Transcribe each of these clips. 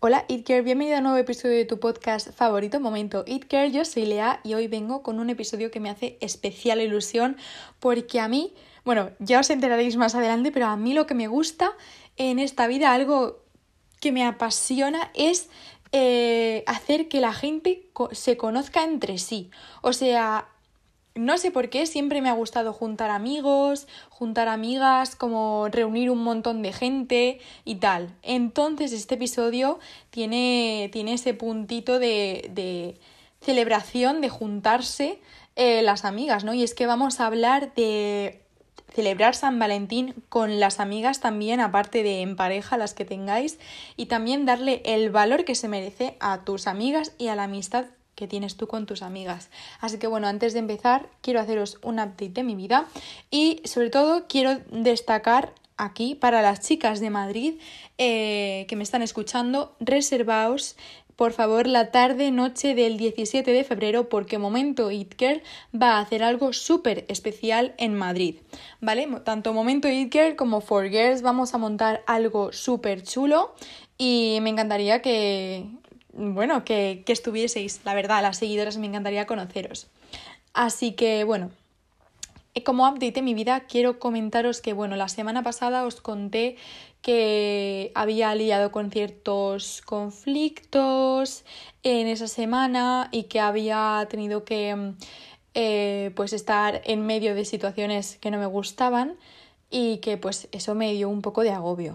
Hola It Girl, bienvenida a un nuevo episodio de tu podcast favorito, Momento It Girl. Yo soy Lea y hoy vengo con un episodio que me hace especial ilusión porque a mí, ya os enteraréis más adelante, pero a mí lo que me gusta en esta vida, algo que me apasiona es hacer que la gente se conozca entre sí. O sea, no sé por qué, siempre me ha gustado juntar amigos, juntar amigas, como reunir un montón de gente y tal. Entonces este episodio tiene ese puntito de celebración, de juntarse las amigas, ¿no? Y es que vamos a hablar de celebrar San Valentín con las amigas también, aparte de en pareja, las que tengáis, y también darle el valor que se merece a tus amigas y a la amistad que tienes tú con tus amigas. Así que bueno, antes de empezar quiero haceros un update de mi vida y sobre todo quiero destacar aquí para las chicas de Madrid que me están escuchando, reservaos por favor la tarde-noche del 17 de febrero porque Momento It Girl va a hacer algo súper especial en Madrid, ¿vale? Tanto Momento It Girl como For Girls vamos a montar algo súper chulo y me encantaría que estuvieseis, la verdad, las seguidoras me encantaría conoceros. Así que como update de mi vida quiero comentaros que la semana pasada os conté que había lidiado con ciertos conflictos en esa semana y que había tenido que estar en medio de situaciones que no me gustaban y que pues eso me dio un poco de agobio.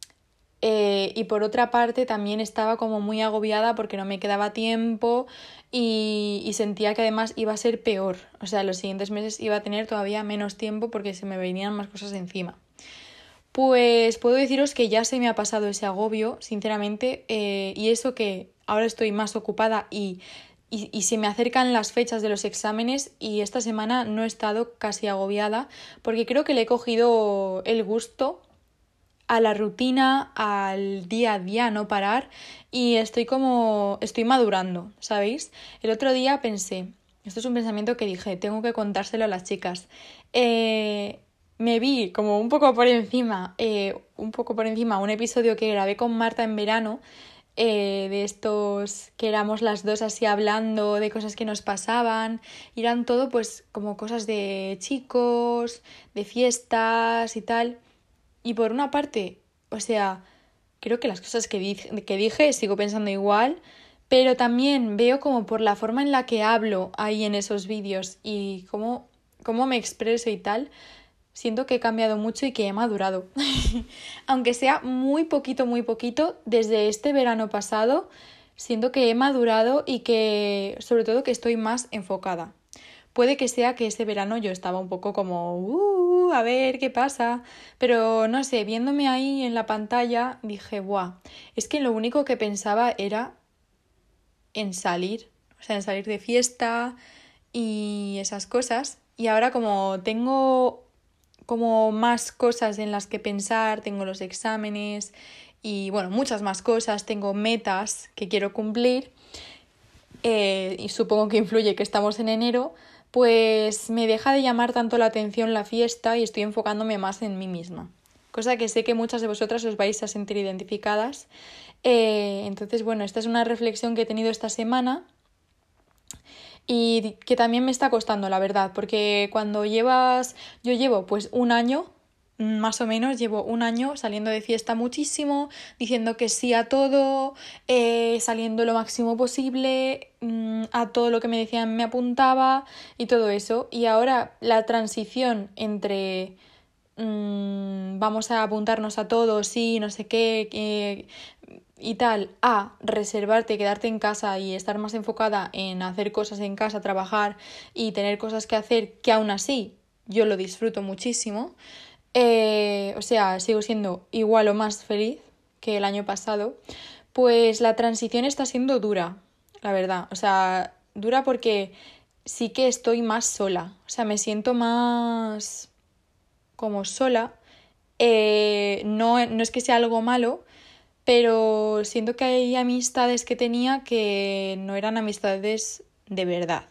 Y por otra parte también estaba como muy agobiada porque no me quedaba tiempo y sentía que además iba a ser peor. O sea, los siguientes meses iba a tener todavía menos tiempo porque se me venían más cosas encima. Pues puedo deciros que ya se me ha pasado ese agobio, sinceramente, y eso que ahora estoy más ocupada y se me acercan las fechas de los exámenes y esta semana no he estado casi agobiada porque creo que le he cogido el gusto a la rutina, al día a día, no parar y estoy madurando, ¿sabéis? El otro día pensé, esto es un pensamiento que dije, tengo que contárselo a las chicas. Me vi como un poco por encima un episodio que grabé con Marta en verano, de estos que éramos las dos así hablando de cosas que nos pasaban, y eran todo pues como cosas de chicos, de fiestas y tal. Y por una parte, o sea, creo que las cosas que dije sigo pensando igual, pero también veo como por la forma en la que hablo ahí en esos vídeos y cómo me expreso y tal, siento que he cambiado mucho y que he madurado. Aunque sea muy poquito, desde este verano pasado, siento que he madurado y que, sobre todo, que estoy más enfocada. Puede que sea que ese verano yo estaba un poco como, a ver qué pasa, pero no sé, viéndome ahí en la pantalla dije, ¡buah! Es que lo único que pensaba era en salir, o sea, en salir de fiesta y esas cosas. Y ahora como tengo como más cosas en las que pensar, tengo los exámenes y muchas más cosas, tengo metas que quiero cumplir, y supongo que influye que estamos en enero, pues me deja de llamar tanto la atención la fiesta y estoy enfocándome más en mí misma. Cosa que sé que muchas de vosotras os vais a sentir identificadas. Entonces, esta es una reflexión que he tenido esta semana y que también me está costando, la verdad, porque yo llevo pues un año, más o menos, llevo un año saliendo de fiesta muchísimo, diciendo que sí a todo, saliendo lo máximo posible, a todo lo que me decían me apuntaba y todo eso. Y ahora la transición entre vamos a apuntarnos a todo, sí, no sé qué, y tal, a reservarte, quedarte en casa y estar más enfocada en hacer cosas en casa, trabajar y tener cosas que hacer, que aún así yo lo disfruto muchísimo. O sea, sigo siendo igual o más feliz que el año pasado, pues la transición está siendo dura, la verdad. O sea, dura porque sí que estoy más sola. O sea, me siento más como sola. No es que sea algo malo, pero siento que hay amistades que tenía que no eran amistades de verdad.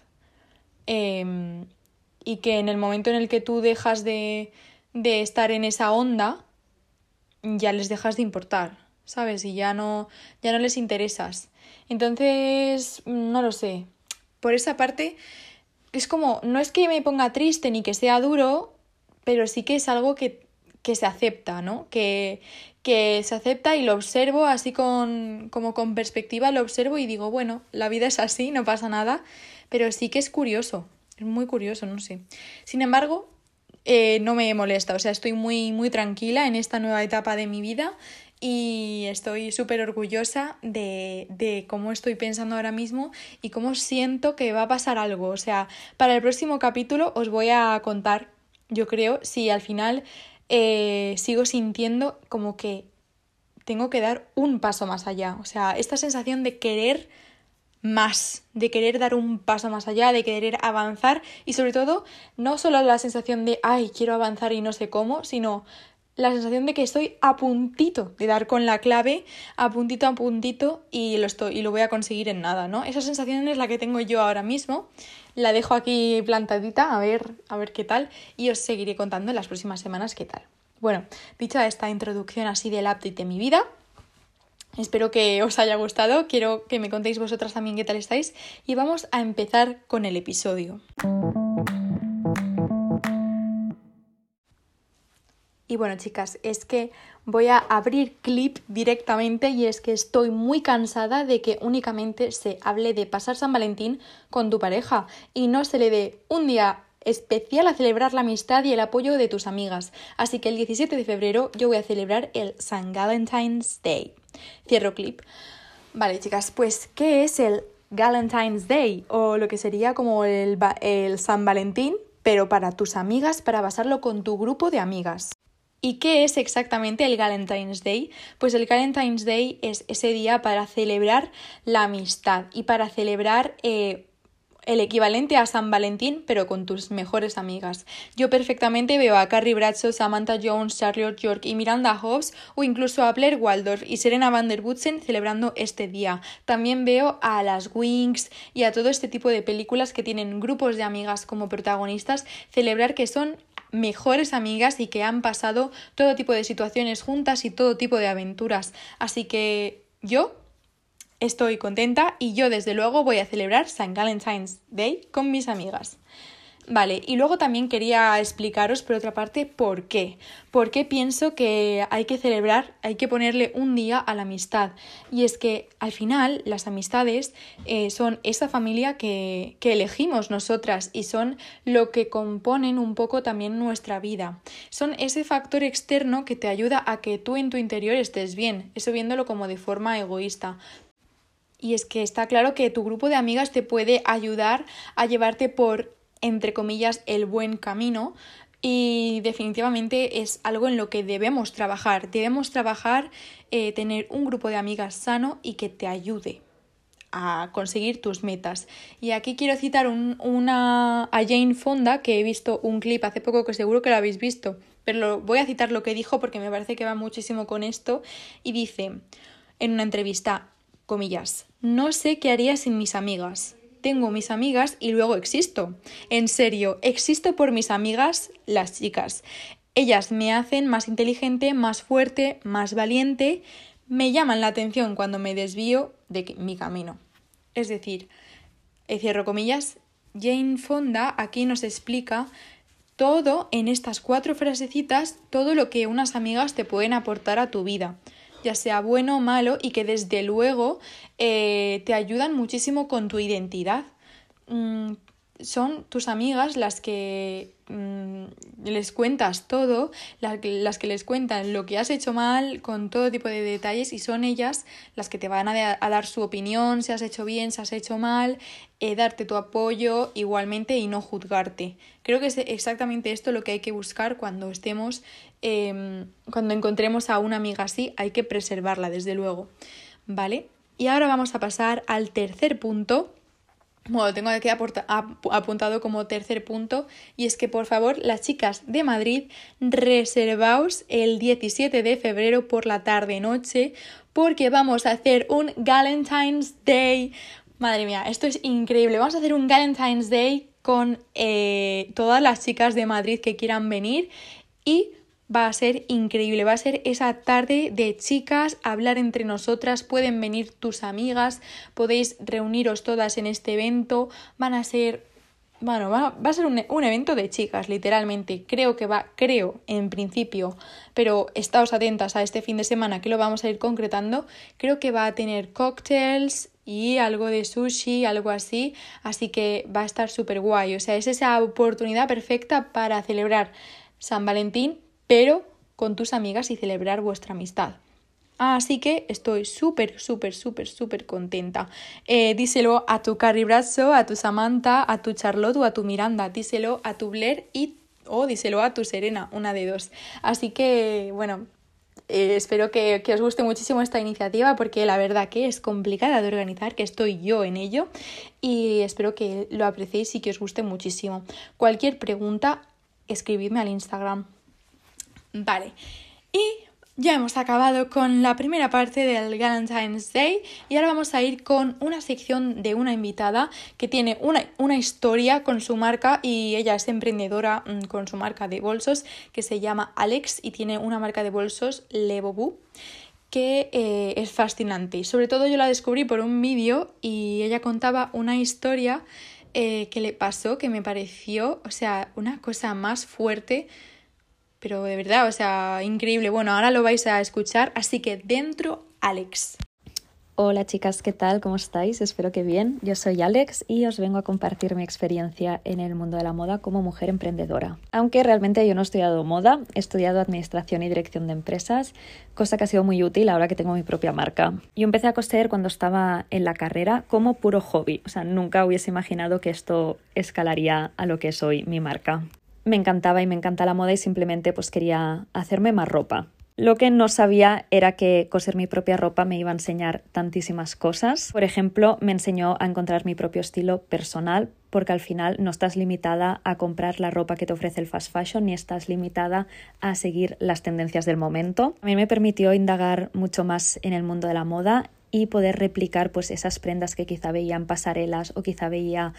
Y que en el momento en el que tú dejas de estar en esa onda, ya les dejas de importar. ¿sabes? Y ya no les interesas. Entonces, no lo sé. Por esa parte, es como, no es que me ponga triste ni que sea duro, pero sí que es algo que se acepta, ¿no? Que se acepta y lo observo así como con perspectiva, lo observo y digo, bueno, la vida es así, no pasa nada, pero sí que es curioso, es muy curioso, no sé. Sin embargo, no me molesta, o sea, estoy muy, muy tranquila en esta nueva etapa de mi vida y estoy súper orgullosa de cómo estoy pensando ahora mismo y cómo siento que va a pasar algo. O sea, para el próximo capítulo os voy a contar, yo creo, si al final sigo sintiendo como que tengo que dar un paso más allá. O sea, esta sensación de querer más, de querer dar un paso más allá, de querer avanzar y sobre todo no solo la sensación de ay, quiero avanzar y no sé cómo, sino la sensación de que estoy a puntito de dar con la clave, a puntito y lo voy a conseguir en nada, ¿no? Esa sensación es la que tengo yo ahora mismo. La dejo aquí plantadita a ver qué tal y os seguiré contando en las próximas semanas qué tal. Bueno, dicha esta introducción así del update de mi vida, espero que os haya gustado, quiero que me contéis vosotras también qué tal estáis y vamos a empezar con el episodio. Y bueno, chicas, es que voy a abrir clip directamente y es que estoy muy cansada de que únicamente se hable de pasar San Valentín con tu pareja y no se le dé un día especial a celebrar la amistad y el apoyo de tus amigas. Así que el 17 de febrero yo voy a celebrar el St. Valentine's Day. Cierro clip. Vale, chicas, pues ¿qué es el Valentine's Day? O lo que sería como el San Valentín, pero para tus amigas, para pasarlo con tu grupo de amigas. ¿Y qué es exactamente el Valentine's Day? Pues el Valentine's Day es ese día para celebrar la amistad y para celebrar el equivalente a San Valentín, pero con tus mejores amigas. Yo perfectamente veo a Carrie Bradshaw, Samantha Jones, Charlotte York y Miranda Hobbs, o incluso a Blair Waldorf y Serena van der Woodsen celebrando este día. También veo a las Winx y a todo este tipo de películas que tienen grupos de amigas como protagonistas celebrar que son mejores amigas y que han pasado todo tipo de situaciones juntas y todo tipo de aventuras. Así que yo estoy contenta y yo desde luego voy a celebrar St. Valentine's Day con mis amigas. Vale, y luego también quería explicaros por otra parte por qué. Por qué pienso que hay que celebrar, hay que ponerle un día a la amistad. Y es que al final las amistades son esa familia que elegimos nosotras y son lo que componen un poco también nuestra vida. Son ese factor externo que te ayuda a que tú en tu interior estés bien, eso viéndolo como de forma egoísta. Y es que está claro que tu grupo de amigas te puede ayudar a llevarte por, entre comillas, el buen camino y definitivamente es algo en lo que debemos trabajar. Debemos trabajar, tener un grupo de amigas sano y que te ayude a conseguir tus metas. Y aquí quiero citar a Jane Fonda, que he visto un clip hace poco que seguro que lo habéis visto, pero voy a citar lo que dijo porque me parece que va muchísimo con esto y dice en una entrevista, comillas, no sé qué haría sin mis amigas. Tengo mis amigas y luego existo. En serio, existo por mis amigas, las chicas. Ellas me hacen más inteligente, más fuerte, más valiente, me llaman la atención cuando me desvío de mi camino. Es decir, cierro comillas, Jane Fonda aquí nos explica todo en estas 4 frasecitas, todo lo que unas amigas te pueden aportar a tu vida, ya sea bueno o malo, y que desde luego te ayudan muchísimo con tu identidad. Son tus amigas las que les cuentas todo, las que les cuentan lo que has hecho mal con todo tipo de detalles y son ellas las que te van a dar su opinión, si has hecho bien, si has hecho mal, darte tu apoyo igualmente y no juzgarte. Creo que es exactamente esto lo que hay que buscar cuando cuando encontremos a una amiga así, hay que preservarla desde luego, ¿vale? Y ahora vamos a pasar al tercer punto. Bueno, tengo aquí apuntado como tercer punto y es que por favor las chicas de Madrid reservaos el 17 de febrero por la tarde-noche porque vamos a hacer un Valentine's Day. Madre mía, esto es increíble. Vamos a hacer un Valentine's Day con todas las chicas de Madrid que quieran venir y va a ser increíble, va a ser esa tarde de chicas, hablar entre nosotras, pueden venir tus amigas, podéis reuniros todas en este evento, va a ser un evento de chicas, literalmente, creo en principio, pero estáos atentas a este fin de semana que lo vamos a ir concretando, creo que va a tener cócteles y algo de sushi, algo así que va a estar súper guay, o sea, es esa oportunidad perfecta para celebrar San Valentín, pero con tus amigas y celebrar vuestra amistad. Así que estoy súper contenta. Díselo a tu Carrie Bradshaw, a tu Samantha, a tu Charlotte o a tu Miranda. Díselo a tu Blair o díselo a tu Serena, una de dos. Así que, bueno, espero que os guste muchísimo esta iniciativa porque la verdad que es complicada de organizar, que estoy yo en ello y espero que lo apreciéis y que os guste muchísimo. Cualquier pregunta, escribidme al Instagram. Vale, y ya hemos acabado con la primera parte del Valentine's Day y ahora vamos a ir con una sección de una invitada que tiene una historia con su marca y ella es emprendedora con su marca de bolsos que se llama Alex y tiene una marca de bolsos Le Bobu que es fascinante y sobre todo yo la descubrí por un vídeo y ella contaba una historia que le pasó que me pareció, o sea, una cosa más fuerte. Pero de verdad, o sea, increíble. Bueno, ahora lo vais a escuchar, así que dentro, Alex. Hola chicas, ¿qué tal? ¿Cómo estáis? Espero que bien. Yo soy Alex y os vengo a compartir mi experiencia en el mundo de la moda como mujer emprendedora. Aunque realmente yo no he estudiado moda, he estudiado administración y dirección de empresas, cosa que ha sido muy útil ahora que tengo mi propia marca. Yo empecé a coser cuando estaba en la carrera como puro hobby, o sea, nunca hubiese imaginado que esto escalaría a lo que es hoy mi marca. Me encantaba y me encanta la moda y simplemente pues quería hacerme más ropa. Lo que no sabía era que coser mi propia ropa me iba a enseñar tantísimas cosas. Por ejemplo, me enseñó a encontrar mi propio estilo personal porque al final no estás limitada a comprar la ropa que te ofrece el fast fashion ni estás limitada a seguir las tendencias del momento. A mí me permitió indagar mucho más en el mundo de la moda y poder replicar pues esas prendas que quizá veía en pasarelas o quizá veía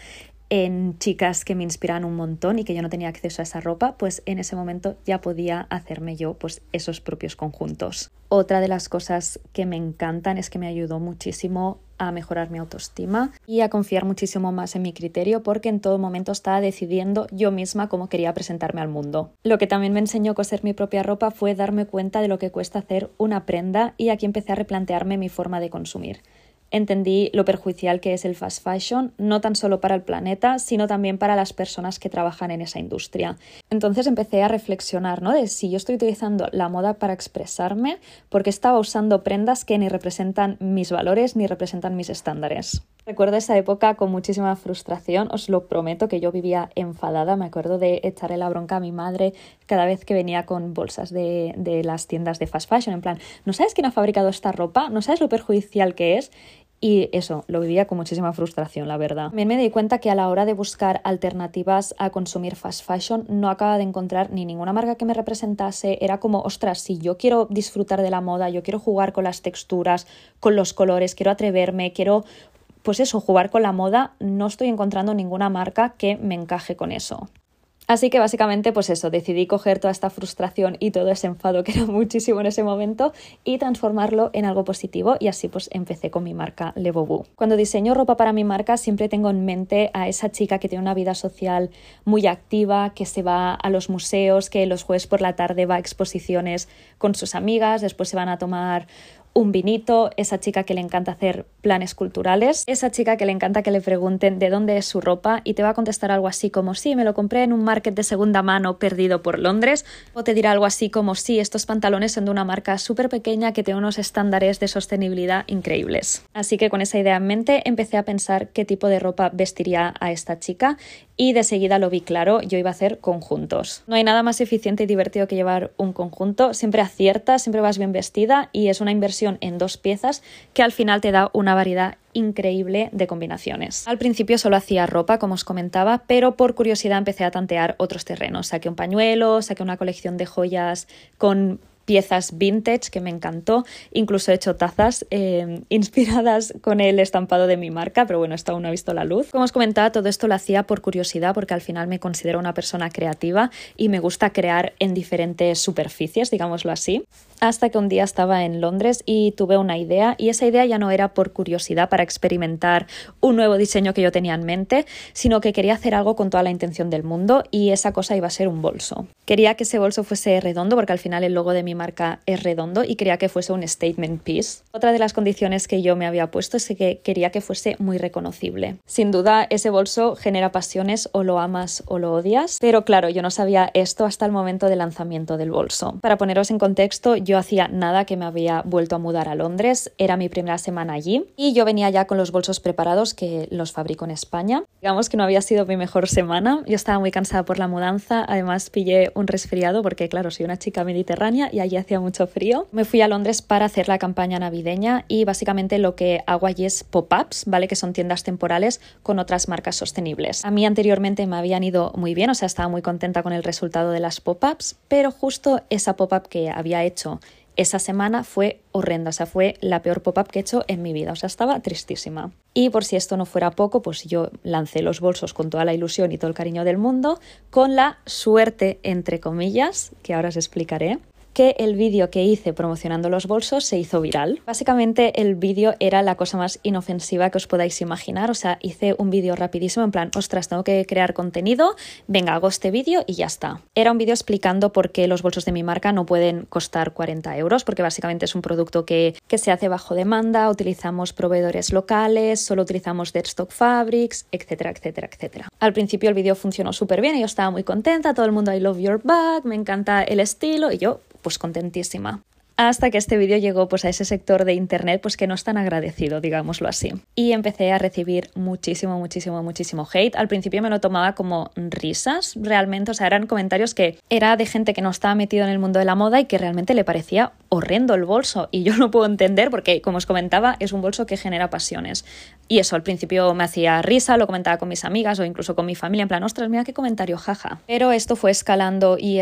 en chicas que me inspiran un montón y que yo no tenía acceso a esa ropa, pues en ese momento ya podía hacerme yo pues esos propios conjuntos. Otra de las cosas que me encantan es que me ayudó muchísimo a mejorar mi autoestima y a confiar muchísimo más en mi criterio porque en todo momento estaba decidiendo yo misma cómo quería presentarme al mundo. Lo que también me enseñó a coser mi propia ropa fue darme cuenta de lo que cuesta hacer una prenda y aquí empecé a replantearme mi forma de consumir. Entendí lo perjudicial que es el fast fashion, no tan solo para el planeta, sino también para las personas que trabajan en esa industria. Entonces empecé a reflexionar, ¿no? De si yo estoy utilizando la moda para expresarme, porque estaba usando prendas que ni representan mis valores ni representan mis estándares. Recuerdo esa época con muchísima frustración, os lo prometo que yo vivía enfadada, me acuerdo de echarle la bronca a mi madre cada vez que venía con bolsas de las tiendas de fast fashion, en plan, ¿no sabes quién ha fabricado esta ropa? ¿No sabes lo perjudicial que es? Y eso, lo vivía con muchísima frustración, la verdad. También me di cuenta que a la hora de buscar alternativas a consumir fast fashion no acababa de encontrar ni ninguna marca que me representase. Era como, ostras, si yo quiero disfrutar de la moda, yo quiero jugar con las texturas, con los colores, quiero atreverme, quiero, pues eso, jugar con la moda, no estoy encontrando ninguna marca que me encaje con eso. Así que básicamente pues eso, decidí coger toda esta frustración y todo ese enfado que era muchísimo en ese momento y transformarlo en algo positivo y así pues empecé con mi marca Le Bobu. Cuando diseño ropa para mi marca siempre tengo en mente a esa chica que tiene una vida social muy activa, que se va a los museos, que los jueves por la tarde va a exposiciones con sus amigas, después se van a tomar un vinito, esa chica que le encanta hacer planes culturales, esa chica que le encanta que le pregunten de dónde es su ropa y te va a contestar algo así como sí, me lo compré en un market de segunda mano perdido por Londres, o te dirá algo así como sí, estos pantalones son de una marca súper pequeña que tiene unos estándares de sostenibilidad increíbles. Así que con esa idea en mente empecé a pensar qué tipo de ropa vestiría a esta chica y de seguida lo vi claro, yo iba a hacer conjuntos. No hay nada más eficiente y divertido que llevar un conjunto, siempre aciertas, siempre vas bien vestida y es una inversión en 2 piezas que al final te da una variedad increíble de combinaciones. Al principio solo hacía ropa, como os comentaba, pero por curiosidad empecé a tantear otros terrenos. Saqué un pañuelo, saqué una colección de joyas con piezas vintage que me encantó, incluso he hecho tazas inspiradas con el estampado de mi marca, pero bueno, esto aún no ha visto la luz. Como os comentaba, todo esto lo hacía por curiosidad porque al final me considero una persona creativa y me gusta crear en diferentes superficies, digámoslo así. Hasta que un día estaba en Londres y tuve una idea, y esa idea ya no era por curiosidad para experimentar un nuevo diseño que yo tenía en mente, sino que quería hacer algo con toda la intención del mundo, y esa cosa iba a ser un bolso. Quería que ese bolso fuese redondo porque al final el logo de mi marca es redondo y quería que fuese un statement piece. Otra de las condiciones que yo me había puesto es que quería que fuese muy reconocible. Sin duda, ese bolso genera pasiones, o lo amas o lo odias, pero claro, yo no sabía esto hasta el momento del lanzamiento del bolso. Para poneros en contexto, yo hacía nada que me había vuelto a mudar a Londres, era mi primera semana allí y yo venía ya con los bolsos preparados que los fabrico en España. Digamos que no había sido mi mejor semana, yo estaba muy cansada por la mudanza, además pillé un resfriado porque claro, soy una chica mediterránea y allí hacía mucho frío. Me fui a Londres para hacer la campaña navideña y básicamente lo que hago allí es pop-ups, ¿vale? Que son tiendas temporales con otras marcas sostenibles. A mí anteriormente me habían ido muy bien, o sea, estaba muy contenta con el resultado de las pop-ups, pero justo esa pop-up que había hecho esa semana fue horrenda, o sea, fue la peor pop-up que he hecho en mi vida, o sea, estaba tristísima. Y por si esto no fuera poco, pues yo lancé los bolsos con toda la ilusión y todo el cariño del mundo, con la suerte, entre comillas, que ahora os explicaré, que el vídeo que hice promocionando los bolsos se hizo viral. Básicamente el vídeo era la cosa más inofensiva que os podáis imaginar, o sea, hice un vídeo rapidísimo en plan, ostras, tengo que crear contenido, venga, hago este vídeo y ya está. Era un vídeo explicando por qué los bolsos de mi marca no pueden costar 40 euros, porque básicamente es un producto que se hace bajo demanda, utilizamos proveedores locales, solo utilizamos deadstock fabrics, etcétera, etcétera, etcétera. Al principio el vídeo funcionó súper bien y yo estaba muy contenta, todo el mundo I love your bag, me encanta el estilo y yo pues contentísima. Hasta que este vídeo llegó pues a ese sector de internet pues que no es tan agradecido, digámoslo así. Y empecé a recibir muchísimo hate. Al principio me lo tomaba como risas, realmente, o sea, eran comentarios que era de gente que no estaba metido en el mundo de la moda y que realmente le parecía horrendo el bolso. Y yo no puedo entender porque, como os comentaba, es un bolso que genera pasiones. Y eso, al principio me hacía risa, lo comentaba con mis amigas o incluso con mi familia, en plan, ostras, mira qué comentario, jaja. Pero esto fue escalando y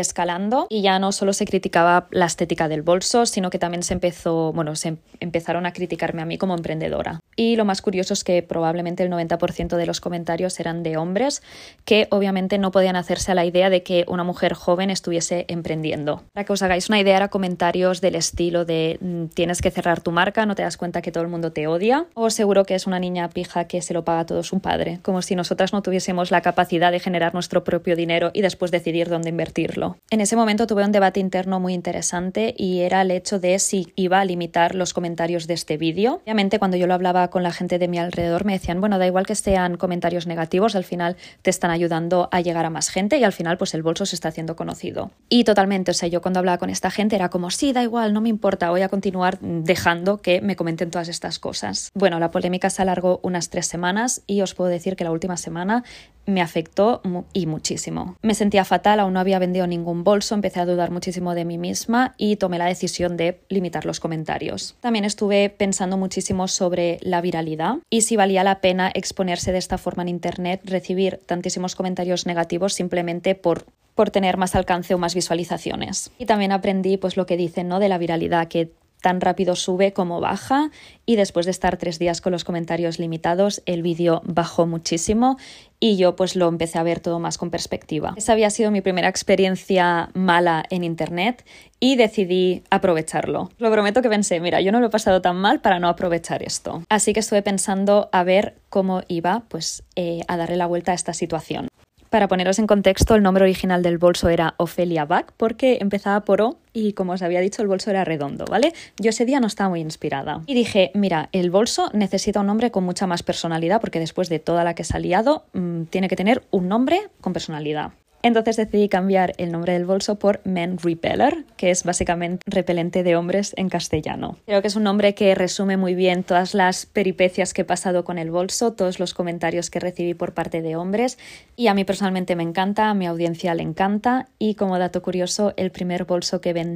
ya no solo se criticaba la estética del bolso, sino que también se empezaron a criticarme a mí como emprendedora. Y lo más curioso es que probablemente el 90% de los comentarios eran de hombres que obviamente no podían hacerse a la idea de que una mujer joven estuviese emprendiendo. Para que os hagáis una idea, eran comentarios del estilo de tienes que cerrar tu marca, no te das cuenta que todo el mundo te odia, o seguro que es una niña pija que se lo paga todo su padre, como si nosotras no tuviésemos la capacidad de generar nuestro propio dinero y después decidir dónde invertirlo. En ese momento tuve un debate interno muy interesante y era el hecho de si iba a limitar los comentarios de este vídeo. Obviamente cuando yo lo hablaba con la gente de mi alrededor me decían, bueno, da igual que sean comentarios negativos, al final te están ayudando a llegar a más gente y al final pues el bolso se está haciendo conocido. Y totalmente, o sea, yo cuando hablaba con esta gente era como, sí, da igual, no me importa, voy a continuar dejando que me comenten todas estas cosas. Bueno, la polémica se alargó unas 3 semanas y os puedo decir que la última semana me afectó y muchísimo. Me sentía fatal, aún no había vendido ningún bolso, empecé a dudar muchísimo de mí misma y tomé la decisión de limitar los comentarios. También estuve pensando muchísimo sobre la viralidad y si valía la pena exponerse de esta forma en internet, recibir tantísimos comentarios negativos simplemente por tener más alcance o más visualizaciones. Y también aprendí pues lo que dicen, ¿no?, de la viralidad, que tan rápido sube como baja, y después de estar 3 días con los comentarios limitados, el vídeo bajó muchísimo y yo pues lo empecé a ver todo más con perspectiva. Esa había sido mi primera experiencia mala en internet y decidí aprovecharlo. Lo prometo que pensé, mira, yo no lo he pasado tan mal para no aprovechar esto. Así que estuve pensando a ver cómo iba pues a darle la vuelta a esta situación. Para poneros en contexto, el nombre original del bolso era Ophelia Bag porque empezaba por O y, como os había dicho, el bolso era redondo, ¿vale? Yo ese día no estaba muy inspirada. Y dije, mira, el bolso necesita un nombre con mucha más personalidad porque después de toda la que se ha liado, tiene que tener un nombre con personalidad. Entonces decidí cambiar el nombre del bolso por Men Repeller, que es básicamente repelente de hombres en castellano. Creo que es un nombre que resume muy bien todas las peripecias que he pasado con el bolso, todos los comentarios que recibí por parte de hombres, y a mí personalmente me encanta, a mi audiencia le encanta, y como dato curioso, el primer bolso que vendí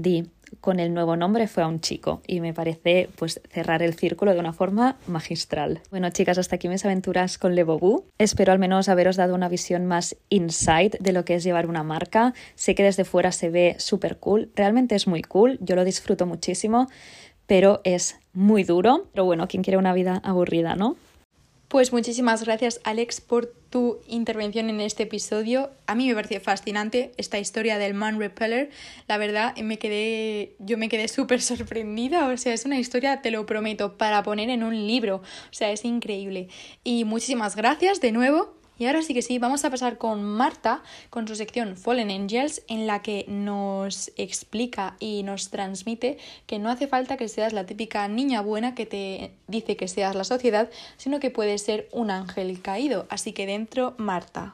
con el nuevo nombre fue a un chico y me parece pues cerrar el círculo de una forma magistral. Bueno, chicas, hasta aquí mis aventuras con Le Bobu. Espero al menos haberos dado una visión más insight de lo que es llevar una marca. Sé que desde fuera se ve súper cool, realmente es muy cool, yo lo disfruto muchísimo, pero es muy duro. Pero bueno, ¿quién quiere una vida aburrida, no? Pues muchísimas gracias, Alex, por tu intervención en este episodio. A mí me pareció fascinante esta historia del Man Repeller. La verdad, yo me quedé súper sorprendida. O sea, es una historia, te lo prometo, para poner en un libro. O sea, es increíble. Y muchísimas gracias de nuevo. Y ahora sí que sí, vamos a pasar con Marta, con su sección Fallen Angels, en la que nos explica y nos transmite que no hace falta que seas la típica niña buena que te dice que seas la sociedad, sino que puedes ser un ángel caído. Así que dentro, Marta.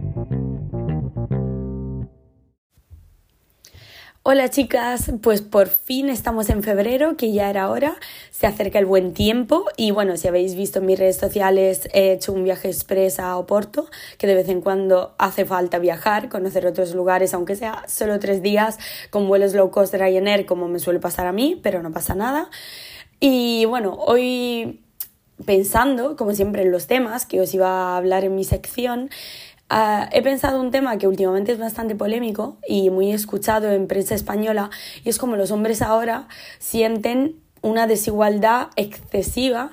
Hola chicas, pues por fin estamos en febrero, que ya era hora, se acerca el buen tiempo y bueno, si habéis visto en mis redes sociales he hecho un viaje express a Oporto, que de vez en cuando hace falta viajar, conocer otros lugares, aunque sea solo 3 días con vuelos low cost de Ryanair, como me suele pasar a mí, pero no pasa nada. Y bueno, hoy pensando, como siempre, en los temas que os iba a hablar en mi sección, he pensado un tema que últimamente es bastante polémico y muy escuchado en prensa española, y es como los hombres ahora sienten una desigualdad excesiva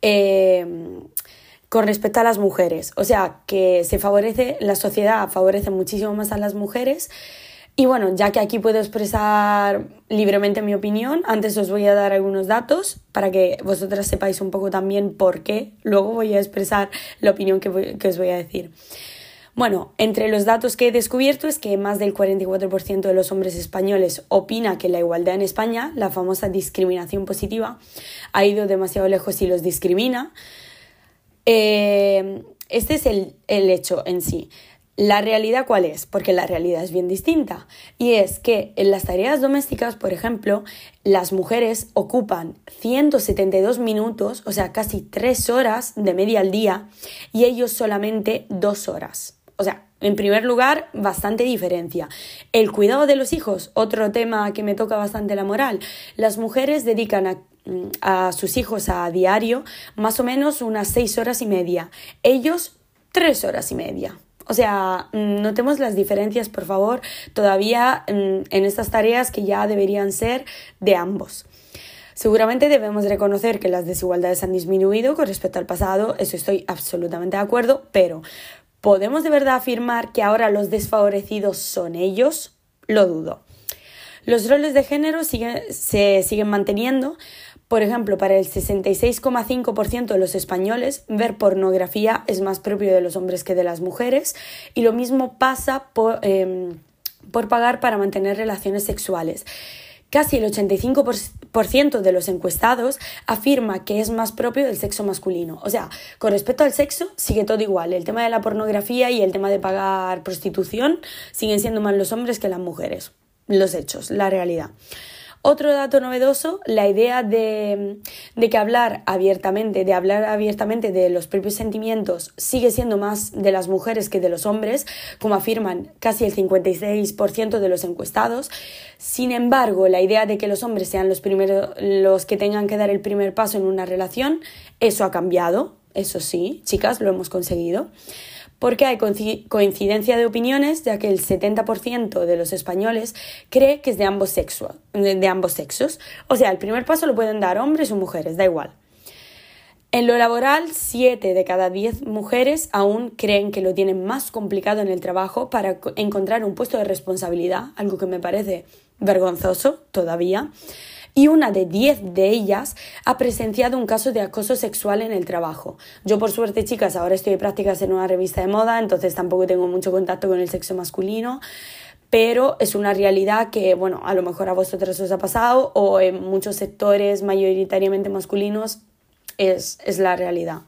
con respecto a las mujeres. O sea, que la sociedad favorece muchísimo más a las mujeres. Y bueno, ya que aquí puedo expresar libremente mi opinión, antes os voy a dar algunos datos para que vosotras sepáis un poco también por qué. Luego voy a expresar la opinión que os voy a decir. Bueno, entre los datos que he descubierto es que más del 44% de los hombres españoles opina que la igualdad en España, la famosa discriminación positiva, ha ido demasiado lejos y los discrimina. Este es el hecho en sí. ¿La realidad cuál es? Porque la realidad es bien distinta. Y es que en las tareas domésticas, por ejemplo, las mujeres ocupan 172 minutos, o sea, casi 3 horas de media al día, y ellos solamente 2 horas. O sea, en primer lugar, bastante diferencia. El cuidado de los hijos, otro tema que me toca bastante la moral. Las mujeres dedican a sus hijos a diario más o menos unas 6 horas y media. Ellos, 3 horas y media. O sea, notemos las diferencias, por favor, todavía en estas tareas que ya deberían ser de ambos. Seguramente debemos reconocer que las desigualdades han disminuido con respecto al pasado, eso estoy absolutamente de acuerdo, pero ¿podemos de verdad afirmar que ahora los desfavorecidos son ellos? Lo dudo. Los roles de género se siguen manteniendo. Por ejemplo, para el 66,5% de los españoles, ver pornografía es más propio de los hombres que de las mujeres, y lo mismo pasa por pagar para mantener relaciones sexuales. Casi el 85% de los encuestados afirma que es más propio del sexo masculino. O sea, con respecto al sexo sigue todo igual. El tema de la pornografía y el tema de pagar prostitución siguen siendo más los hombres que las mujeres. Los hechos, la realidad. Otro dato novedoso, la idea de que hablar abiertamente de los propios sentimientos sigue siendo más de las mujeres que de los hombres, como afirman casi el 56% de los encuestados. Sin embargo, la idea de que los hombres sean los que tengan que dar el primer paso en una relación, eso ha cambiado, eso sí, chicas, lo hemos conseguido. Porque hay coincidencia de opiniones, ya que el 70% de los españoles cree que es de ambos sexos. O sea, el primer paso lo pueden dar hombres o mujeres, da igual. En lo laboral, 7 de cada 10 mujeres aún creen que lo tienen más complicado en el trabajo para encontrar un puesto de responsabilidad, algo que me parece vergonzoso todavía. Y una de 10 de ellas ha presenciado un caso de acoso sexual en el trabajo. Yo, por suerte, chicas, ahora estoy de prácticas en una revista de moda, entonces tampoco tengo mucho contacto con el sexo masculino, pero es una realidad que, bueno, a lo mejor a vosotros os ha pasado, o en muchos sectores mayoritariamente masculinos es la realidad.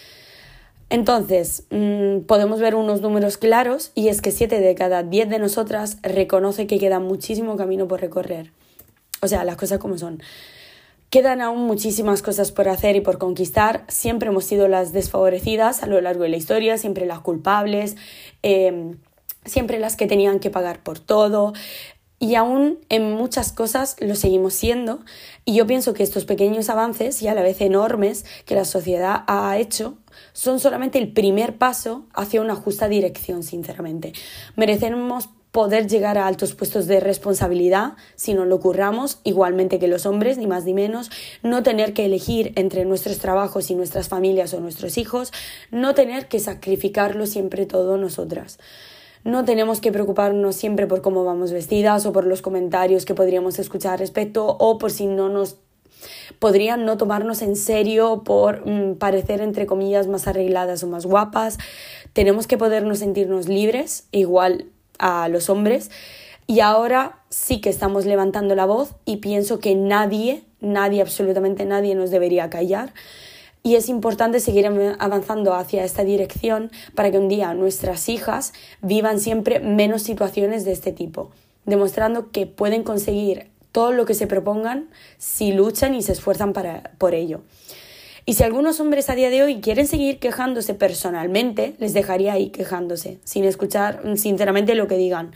Entonces, podemos ver unos números claros, y es que 7 de cada 10 de nosotras reconoce que queda muchísimo camino por recorrer. O sea, las cosas como son. Quedan aún muchísimas cosas por hacer y por conquistar. Siempre hemos sido las desfavorecidas a lo largo de la historia, siempre las culpables, siempre las que tenían que pagar por todo. y aún en muchas cosas lo seguimos siendo, y yo pienso que estos pequeños avances y a la vez enormes que la sociedad ha hecho son solamente el primer paso hacia una justa dirección, sinceramente. Merecemos poder llegar a altos puestos de responsabilidad si nos lo curramos, igualmente que los hombres, ni más ni menos, no tener que elegir entre nuestros trabajos y nuestras familias o nuestros hijos, no tener que sacrificarlo siempre todo nosotras. No tenemos que preocuparnos siempre por cómo vamos vestidas o por los comentarios que podríamos escuchar al respecto o por si no nos podrían no tomarnos en serio por parecer, entre comillas, más arregladas o más guapas. Tenemos que podernos sentirnos libres, igual a los hombres, y ahora sí que estamos levantando la voz y pienso que nadie, absolutamente nadie nos debería callar. Y es importante seguir avanzando hacia esta dirección para que un día nuestras hijas vivan siempre menos situaciones de este tipo, demostrando que pueden conseguir todo lo que se propongan si luchan y se esfuerzan por ello. Y si algunos hombres a día de hoy quieren seguir quejándose personalmente, les dejaría ahí quejándose, sin escuchar sinceramente lo que digan.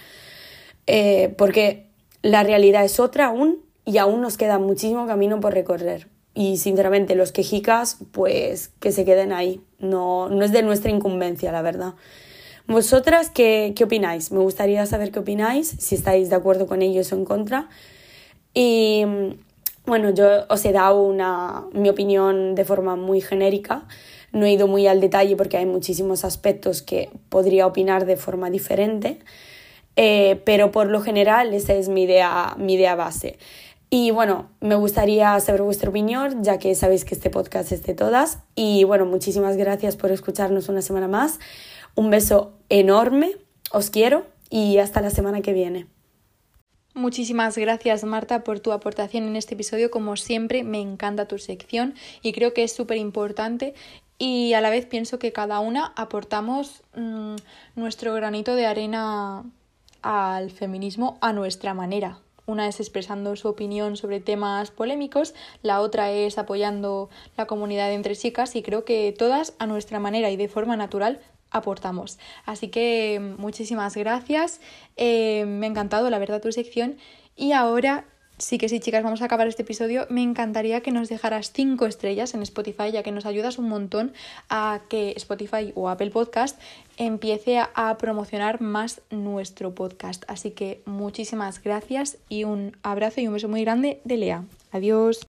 Porque la realidad es otra aún y aún nos queda muchísimo camino por recorrer. Y sinceramente los quejicas, pues que se queden ahí. No es de nuestra incumbencia, la verdad. ¿Vosotras qué opináis? Me gustaría saber qué opináis, si estáis de acuerdo con ellos o en contra. Y bueno, yo os he dado mi opinión de forma muy genérica. No he ido muy al detalle porque hay muchísimos aspectos que podría opinar de forma diferente. Pero por lo general esa es mi idea base. Y bueno, me gustaría saber vuestra opinión, ya que sabéis que este podcast es de todas. Y bueno, muchísimas gracias por escucharnos una semana más. Un beso enorme, os quiero y hasta la semana que viene. Muchísimas gracias, Marta, por tu aportación en este episodio. Como siempre, me encanta tu sección y creo que es súper importante, y a la vez pienso que cada una aportamos nuestro granito de arena al feminismo a nuestra manera. Una es expresando su opinión sobre temas polémicos, la otra es apoyando la comunidad entre chicas, y creo que todas a nuestra manera y de forma natural aportamos. Así que muchísimas gracias, me ha encantado la verdad tu sección, y ahora sí que sí, chicas, vamos a acabar este episodio. Me encantaría que nos dejaras 5 estrellas en Spotify, ya que nos ayudas un montón a que Spotify o Apple Podcast empiece a promocionar más nuestro podcast. Así que muchísimas gracias y un abrazo y un beso muy grande de Lea. Adiós.